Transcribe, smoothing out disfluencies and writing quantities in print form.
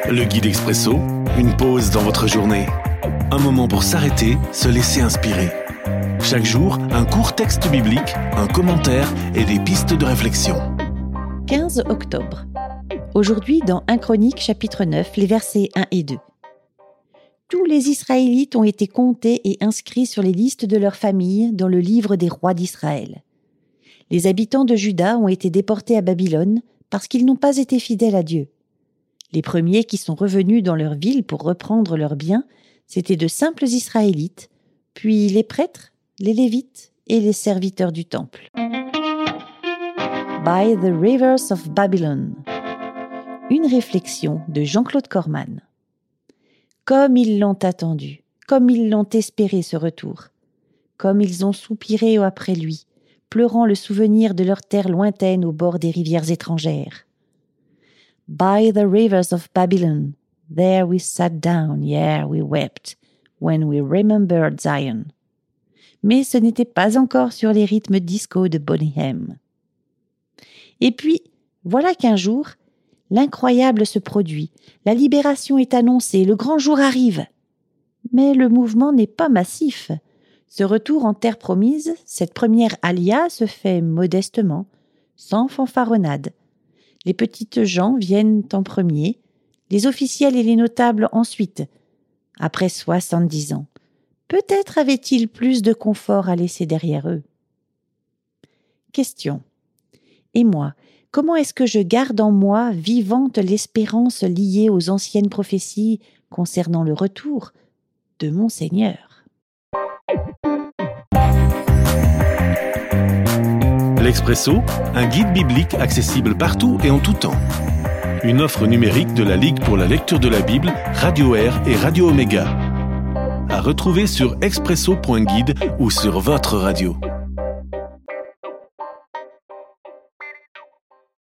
Le guide expresso, une pause dans votre journée. Un moment pour s'arrêter, se laisser inspirer. Chaque jour, un court texte biblique, un commentaire et des pistes de réflexion. 15 octobre. Aujourd'hui, dans 1 Chroniques, chapitre 9, les versets 1 et 2. Tous les Israélites ont été comptés et inscrits sur les listes de leurs familles dans le livre des rois d'Israël. Les habitants de Juda ont été déportés à Babylone parce qu'ils n'ont pas été fidèles à Dieu. Les premiers qui sont revenus dans leur ville pour reprendre leurs biens, c'étaient de simples Israélites, puis les prêtres, les Lévites et les serviteurs du temple. By the Rivers of Babylon. Une réflexion de Jean-Claude Corman. Comme ils l'ont attendu, comme ils l'ont espéré ce retour, comme ils ont soupiré après lui, pleurant le souvenir de leur terre lointaine au bord des rivières étrangères. By the rivers of Babylon, there we sat down, yeah, we wept, when we remembered Zion. Mais ce n'était pas encore sur les rythmes disco de Boney M. Et puis, voilà qu'un jour, l'incroyable se produit, la libération est annoncée, le grand jour arrive. Mais le mouvement n'est pas massif. Ce retour en terre promise, cette première alia se fait modestement, sans fanfaronnade. Les petites gens viennent en premier, les officiels et les notables ensuite, après 70 ans. Peut-être avaient-ils plus de confort à laisser derrière eux. Question. Et moi, comment est-ce que je garde en moi vivante l'espérance liée aux anciennes prophéties concernant le retour de mon Seigneur ? L'Expresso, un guide biblique accessible partout et en tout temps. Une offre numérique de la Ligue pour la lecture de la Bible, Radio Air et Radio Omega. À retrouver sur expresso.guide ou sur votre radio.